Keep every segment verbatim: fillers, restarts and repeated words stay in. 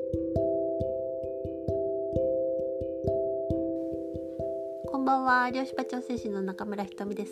こんばんは、漁師場調整士の中村ひとみです。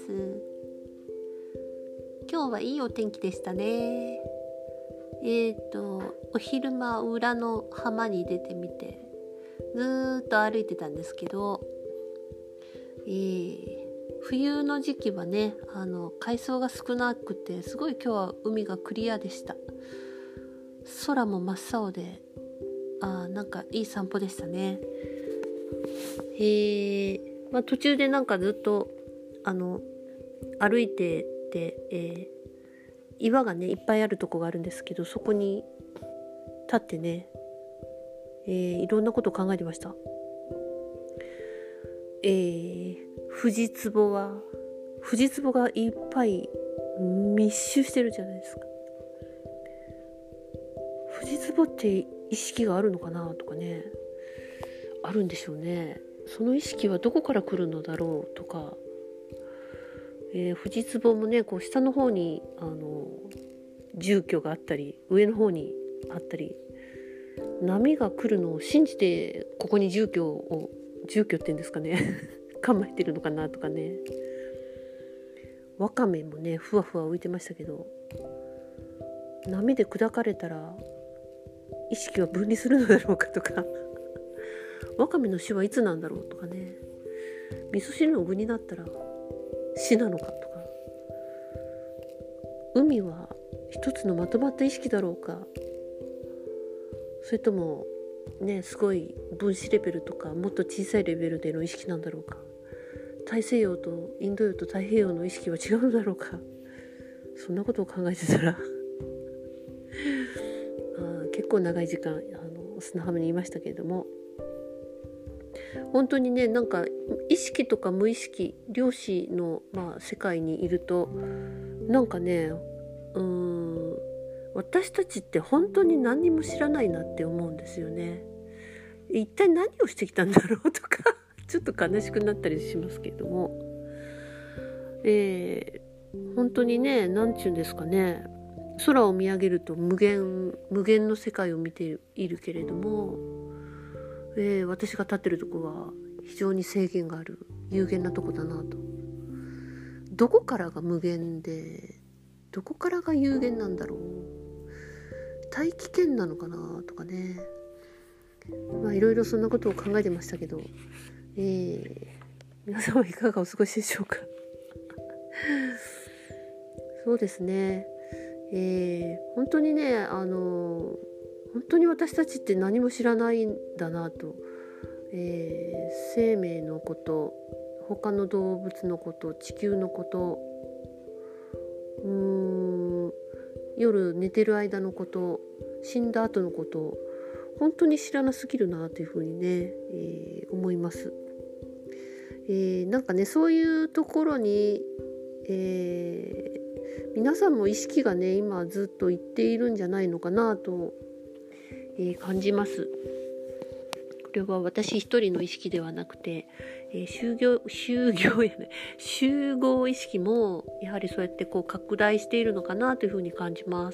今日はいいお天気でしたね。えーとお昼間裏の浜に出てみてずーっと歩いてたんですけど、えー、冬の時期はね、あの海藻が少なくてすごい今日は海がクリアでした。空も真っ青で、あーなんかいい散歩でしたね。えーまあ、途中でなんかずっとあの歩いてて、えー岩がねいっぱいあるとこがあるんですけど、そこに立ってね、えー、いろんなことを考えてました。えー、富士壺は富士壺がいっぱい密集してるじゃないですか。富士壺って意識があるのかなとかね、あるんでしょうね。その意識はどこから来るのだろうとか、えー、富士壺もねこう下の方にあの住居があったり上の方にあったり、波が来るのを信じてここに住居を住居って言うんですかね構えてるのかなとかね。わかめもねふわふわ浮いてましたけど、波で砕かれたら意識は分離するのだろうかとかわかめの死はいつなんだろうとかね、味噌汁の具になったら死なのかとか、海は一つのまとまった意識だろうか、それともねすごい分子レベルとかもっと小さいレベルでの意識なんだろうか、大西洋とインド洋と太平洋の意識は違うのだろうか、そんなことを考えてたらあ結構長い時間あの砂浜にいましたけれども、本当にねなんか意識とか無意識量子の、まあ、世界にいるとなんかねうーん私たちって本当に何にも知らないなって思うんですよね。一体何をしてきたんだろうとかちょっと悲しくなったりしますけれども、えー、本当にね何ちゅうんですかね、空を見上げると無限無限の世界を見ているけれども、えー、私が立ってるとこは非常に制限がある有限なとこだなと。どこからが無限でどこからが有限なんだろう、大気圏なのかなとかね、まあいろいろそんなことを考えてましたけど、えー、皆さんはいかがお過ごしでしょうかそうですね、えー、本当にねあの本当に私たちって何も知らないんだなと、えー、生命のこと、他の動物のこと、地球のこと、うーん夜寝てる間のこと、死んだ後のこと、本当に知らなすぎるなというふうにね、えー、思います。えー、なんかねそういうところに、えー、皆さんも意識がね今ずっといっているんじゃないのかなと、えー、感じます。これは私一人の意識ではなくて、えー、集業集業やね集合意識もやはりそうやってこう拡大しているのかなというふうに感じます。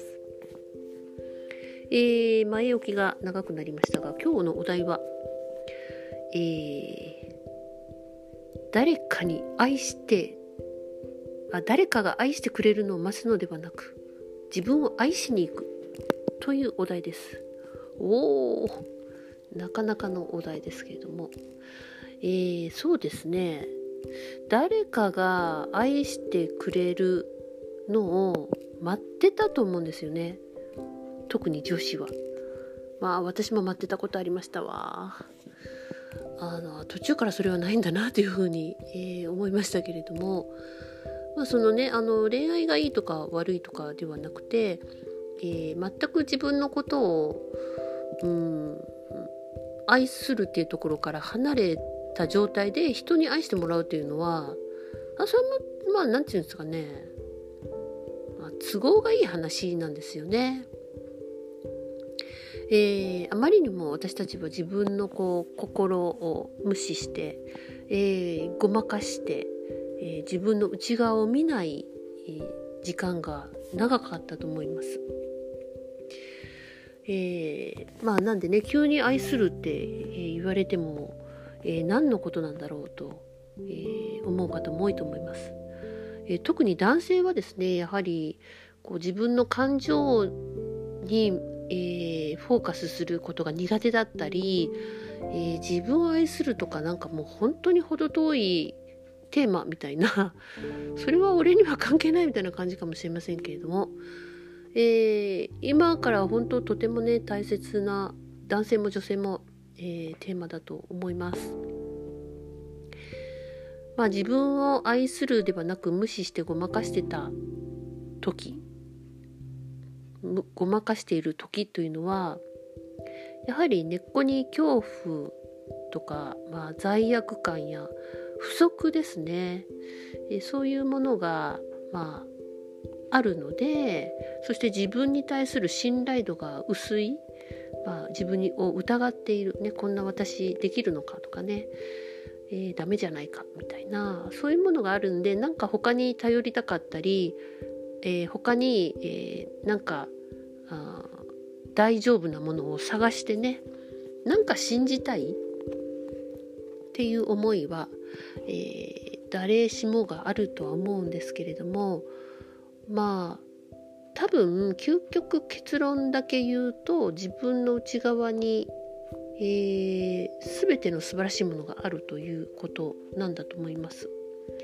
えー、前置きが長くなりましたが、今日のお題は、えー、誰かに愛してあ誰かが愛してくれるのを待つのではなく自分を愛しに行くというお題です。おー、なかなかのお題ですけれども、えー、そうですね、誰かが愛してくれるのを待ってたと思うんですよね、特に女子は。まあ私も待ってたことありましたわ。あの途中からそれはないんだなというふうに、えー、思いましたけれども、まあそのねあの恋愛がいいとか悪いとかではなくて、えー、全く自分のことを、うん、愛するっていうところから離れた状態で人に愛してもらうっていうのは、あそれもまあなんていうんですかね、まあ、都合がいい話なんですよね。えー、あまりにも私たちは自分のこう心を無視して、えー、ごまかして、えー、自分の内側を見ない、えー、時間が長かったと思います。ええー、まあなんでね、急に愛するって、えー、言われても、えー、何のことなんだろうと、えー、思う方も多いと思います。えー、特に男性はですね、やはりこう自分の感情に、えー、フォーカスすることが苦手だったり、えー、自分を愛するとかなんかもう本当に程遠いテーマみたいなそれは俺には関係ないみたいな感じかもしれませんけれども、えー、今から本当とてもね大切な男性も女性も、えー、テーマだと思います。まあ自分を愛するではなく無視してごまかしてた時、ごまかしている時というのはやはり根っこに恐怖とか、まあ、罪悪感や不足ですね、えそういうものが、まあ、あるので、そして自分に対する信頼度が薄い、まあ、自分を疑っている、ね、こんな私できるのかとかね、えー、ダメじゃないかみたいなそういうものがあるんで、なんか他に頼りたかったり、えー、他に、えー、なんかあ大丈夫なものを探してね、なんか信じたいっていう思いは、えー、誰しもがあるとは思うんですけれども、まあ多分究極結論だけ言うと自分の内側に、えー、全ての素晴らしいものがあるということなんだと思います。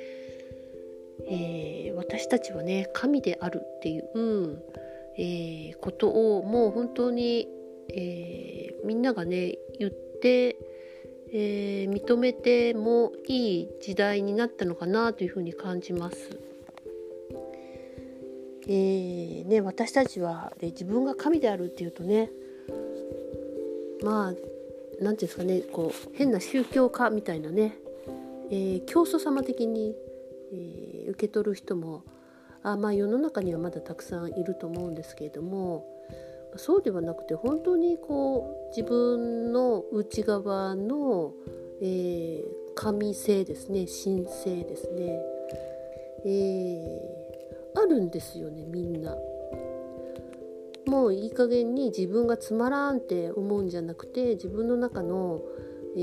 えー、私たちはね神であるっていう、えー、ことをもう本当に、えー、みんながね言って、えー、認めてもいい時代になったのかなというふうに感じます。えーね、私たちは、ね、自分が神であるっていうとね、まあなんていうんですかね、こう変な宗教家みたいなね、えー、教祖様的に、えー、受け取る人もあまあ世の中にはまだたくさんいると思うんですけれども、そうではなくて本当にこう自分の内側の、えー、神性ですね、神性ですね、えー、あるんですよね。みんなもういい加減に自分がつまらんって思うんじゃなくて、自分の中の、え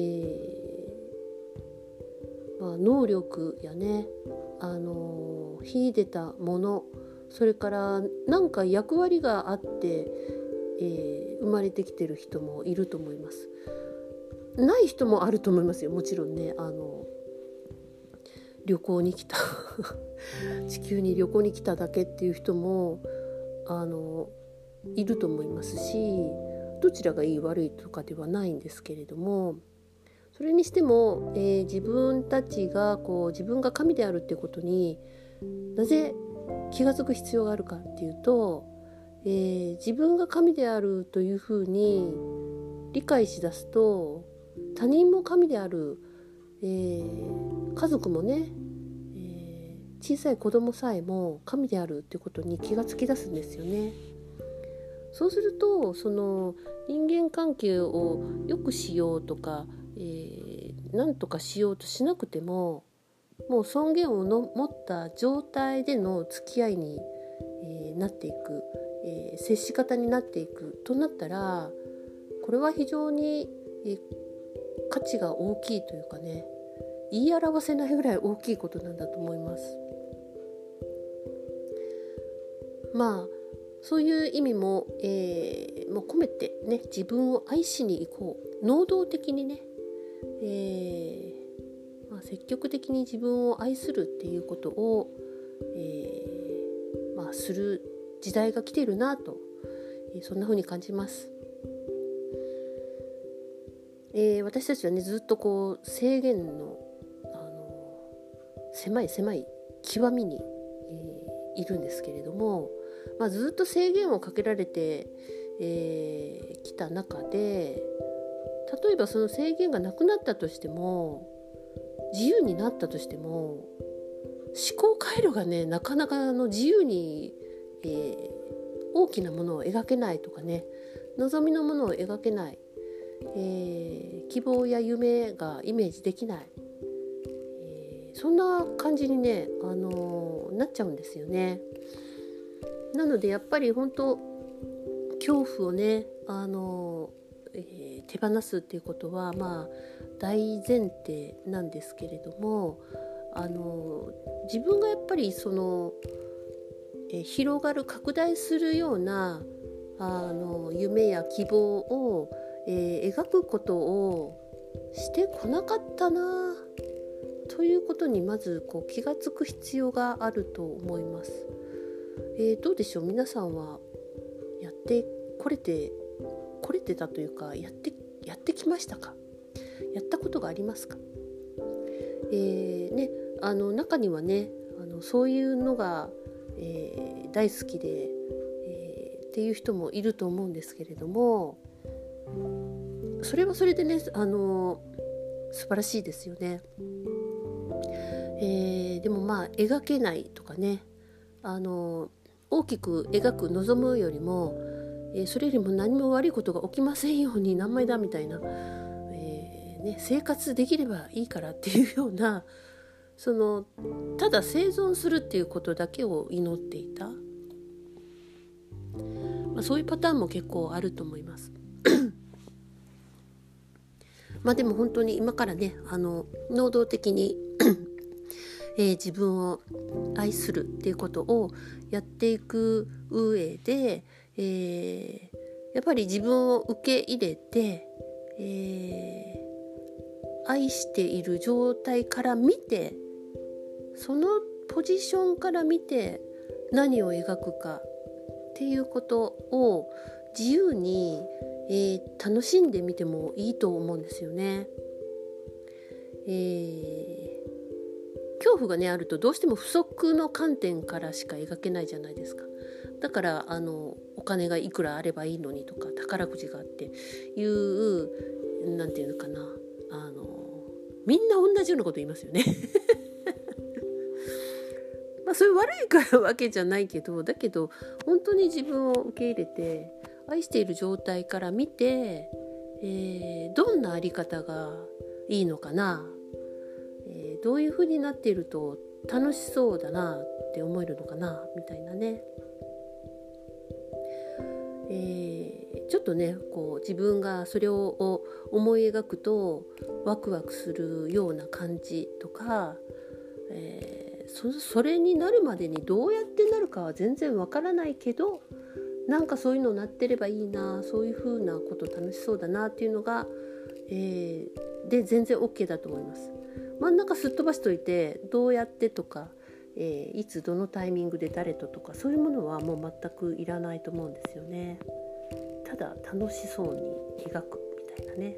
ーまあ、能力やね、あのー、秀でたもの、それからなんか役割があって、えー、生まれてきてる人もいると思います。ない人もあると思いますよ、もちろんね。あの旅行に来た地球に旅行に来ただけっていう人もあのいると思いますし、どちらがいい悪いとかではないんですけれども、それにしても、えー、自分たちがこう自分が神であるっていうことになぜ気が付く必要があるかっていうと、えー、自分が神であるというふうに理解しだすと、他人も神である、えー、家族もね、えー、小さい子供さえも神であるっていうことに気がつき出すんですよね。そうするとその人間関係を良くしようとか、えー、何とかしようとしなくても、もう尊厳をの持った状態での付き合いに、えー、なっていく、えー、接し方になっていくとなったら、これは非常に、えー、価値が大きいというかね、言い表せないぐらい大きいことなんだと思います。まあそういう意味も、えー、もう込めてね、自分を愛しに行こう、能動的にね、えーまあ、積極的に自分を愛するっていうことを、えーまあ、する時代が来ているなと、えー、そんな風に感じます。えー、私たちはねずっとこう制限の、あの狭い狭い極みに、えー、いるんですけれども、まあ、ずっと制限をかけられてき、えー、た中で、例えばその制限がなくなったとしても、自由になったとしても、思考回路がねなかなかの自由に、えー、大きなものを描けないとかね、望みのものを描けない、えー、希望や夢がイメージできない、えー、そんな感じにね、あのー、なっちゃうんですよね。なのでやっぱり本当恐怖をねあの、えー、手放すっていうことはまあ大前提なんですけれども、あの自分がやっぱりその、えー、広がる拡大するようなあの夢や希望を、えー、描くことをしてこなかったなということにまずこう気がつく必要があると思います。えー、どうでしょう、皆さんはやってこれてこれてたというかやってやってきましたか？やったことがありますか？えーね、あの中にはねあのそういうのが、えー、大好きで、えー、っていう人もいると思うんですけれども、それはそれでねあの素晴らしいですよね。えー、でもまあ描けないとかね、あの大きく描く望むよりも、えー、それよりも何も悪いことが起きませんように何枚だみたいな、えーね、生活できればいいからっていうような、そのただ生存するっていうことだけを祈っていた、まあ、そういうパターンも結構あると思いますまあでも本当に今からねあの能動的にえー、自分を愛するっていうことをやっていく上で、えー、やっぱり自分を受け入れて、えー、愛している状態から見て、そのポジションから見て何を描くかっていうことを自由に、えー、楽しんでみてもいいと思うんですよね。えー恐怖がねあるとどうしても不足の観点からしか描けないじゃないですか。だからあのお金がいくらあればいいのにとか宝くじがあっていうなんていうのかな、あのみんな同じようなこと言いますよねまあそういう悪いからわけじゃないけど、だけど本当に自分を受け入れて愛している状態から見て、えー、どんなあり方がいいのかな、えー、どういう風になっていると楽しそうだなって思えるのかなみたいなね、えー、ちょっとねこう自分がそれを思い描くとワクワクするような感じとか、えー、そ, それになるまでにどうやってなるかは全然わからないけど、なんかそういうのなってればいいな、そういう風なこと楽しそうだなっていうのが、えー、で全然 OK だと思います。真ん中すっ飛ばしといてどうやってとか、えー、いつどのタイミングで誰ととかそういうものはもう全くいらないと思うんですよね。ただ楽しそうに描くみたいなね。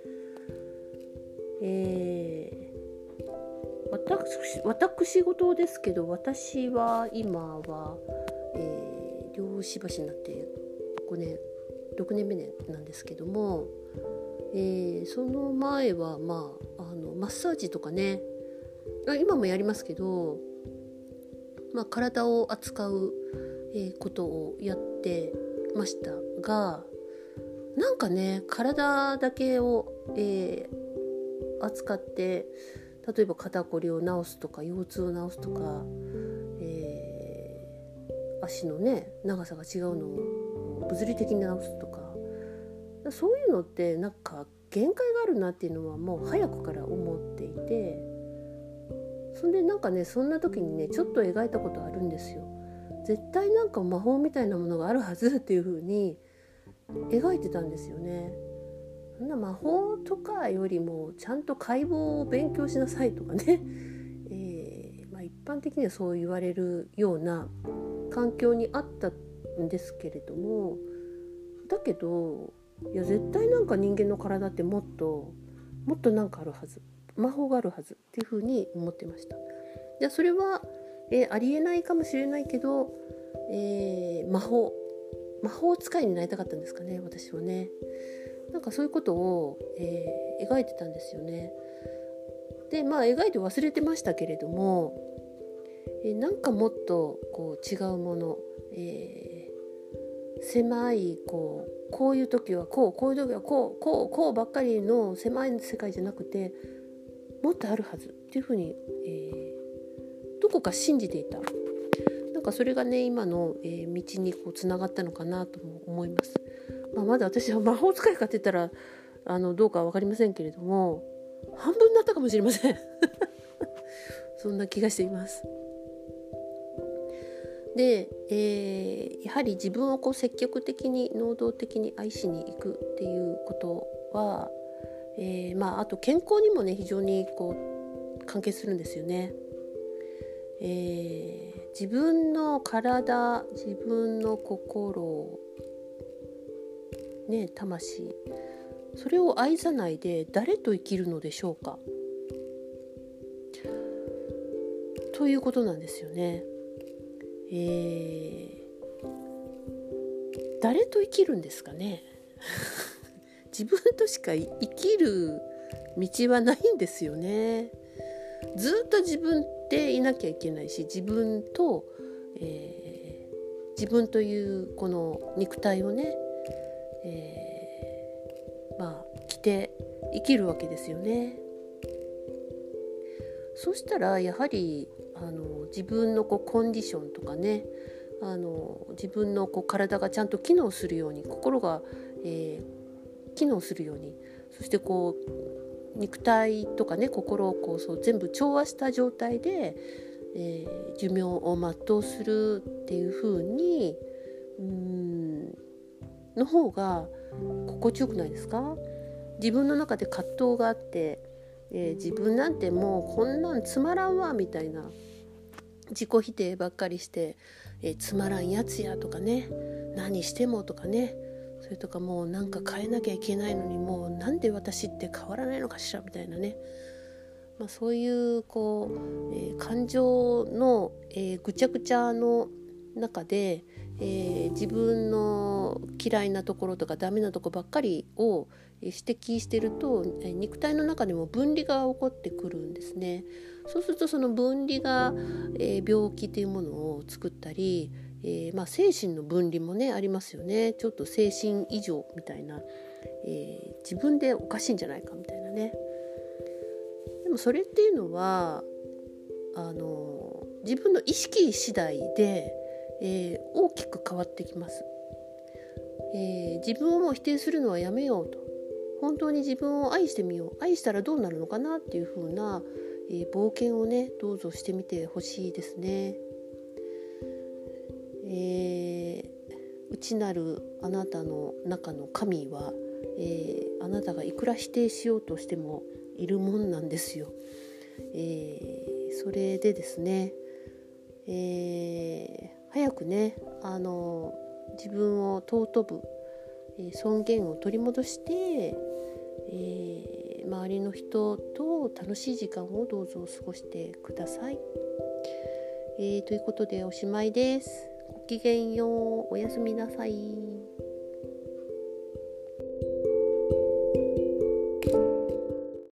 えー、私, 私事ですけど、私は今は、えー、漁師橋になってごねんろくねんめなんですけども、えー、その前は、まあ、あのマッサージとかね今もやりますけど、まあ、体を扱う、えー、ことをやってましたが、なんかね体だけを、えー、扱って例えば肩こりを治すとか腰痛を治すとか、えー、足のね長さが違うのを物理的に治すとか、そういうのってなんか限界があるなっていうのはもう早くから思っていて、そんでなんかねそんな時にねちょっと描いたことあるんですよ。絶対なんか魔法みたいなものがあるはずっていう風に描いてたんですよね。そんな魔法とかよりもちゃんと解剖を勉強しなさいとかね、えーまあ、一般的にはそう言われるような環境にあったんですけれども、だけどいや絶対なんか人間の体ってもっともっとなんかあるはず、魔法があるはずっていうふうに思ってました。でそれは、えー、ありえないかもしれないけど、えー、魔法魔法使いになりたかったんですかね、私はね。なんかそういうことを、えー、描いてたんですよね。でまあ描いて忘れてましたけれども、えー、なんかもっとこう違うもの、えー、狭いこうこういう時はこうこういう時はこうこうこうばっかりの狭い世界じゃなくてもっとあるはずっていうふうに、えー、どこか信じていた。だなんかそれがね今の、えー、道にこうつながったのかなとも思います。まあ、まだ私は魔法使いかって言ったらあのどうかは分かりませんけれども、半分になったかもしれませんそんな気がしています。で、えー、やはり自分をこう積極的に能動的に愛しに行くっていうことは、えーまあ、あと健康にもね非常にこう関係するんですよね。えー、自分の体、自分の心、ね、魂、それを愛さないで誰と生きるのでしょうかということなんですよね。えー、誰と生きるんですかね自分としか生きる道はないんですよね。ずっと自分でいなきゃいけないし、自分と、えー、自分というこの肉体をね、えー、まあ着て生きるわけですよね。そしたらやはりあの自分のこうコンディションとかね、あの自分のこう体がちゃんと機能するように、心が、えー、機能するように、そしてこう肉体とかね心をこうそう全部調和した状態で、えー、寿命を全うするっていう風にうーんの方が心地よくないですか？自分の中で葛藤があって、えー、自分なんてもうこんなんつまらんわみたいな自己否定ばっかりして、えー、つまらんやつやとかね、何してもとかね、それとかもうなんか変えなきゃいけないのにもうなんで私って変わらないのかしらみたいなね、まあ、そういうこう、えー、感情の、えー、ぐちゃぐちゃの中で、えー、自分の嫌いなところとかダメなところばっかりを指摘してると、えー、肉体の中でも分離が起こってくるんですね。そうするとその分離が、えー、病気というものを作ったり、えーまあ、精神の分離もねありますよね。ちょっと精神異常みたいな、えー、自分でおかしいんじゃないかみたいなね。でもそれっていうのはあの自分の意識次第で、えー、大きく変わってきます。えー、自分をもう否定するのはやめようと、本当に自分を愛してみよう、愛したらどうなるのかなっていう風な、えー、冒険をねどうぞしてみてほしいですね。えー、内なるあなたの中の神は、えー、あなたがいくら否定しようとしてもいるもんなんですよ。えー、それでですね、えー、早くねあの自分を尊ぶ、えー、尊厳を取り戻して、えー、周りの人と楽しい時間をどうぞ過ごしてください。えー、ということでおしまいです。ごきげんよう。おやすみなさい。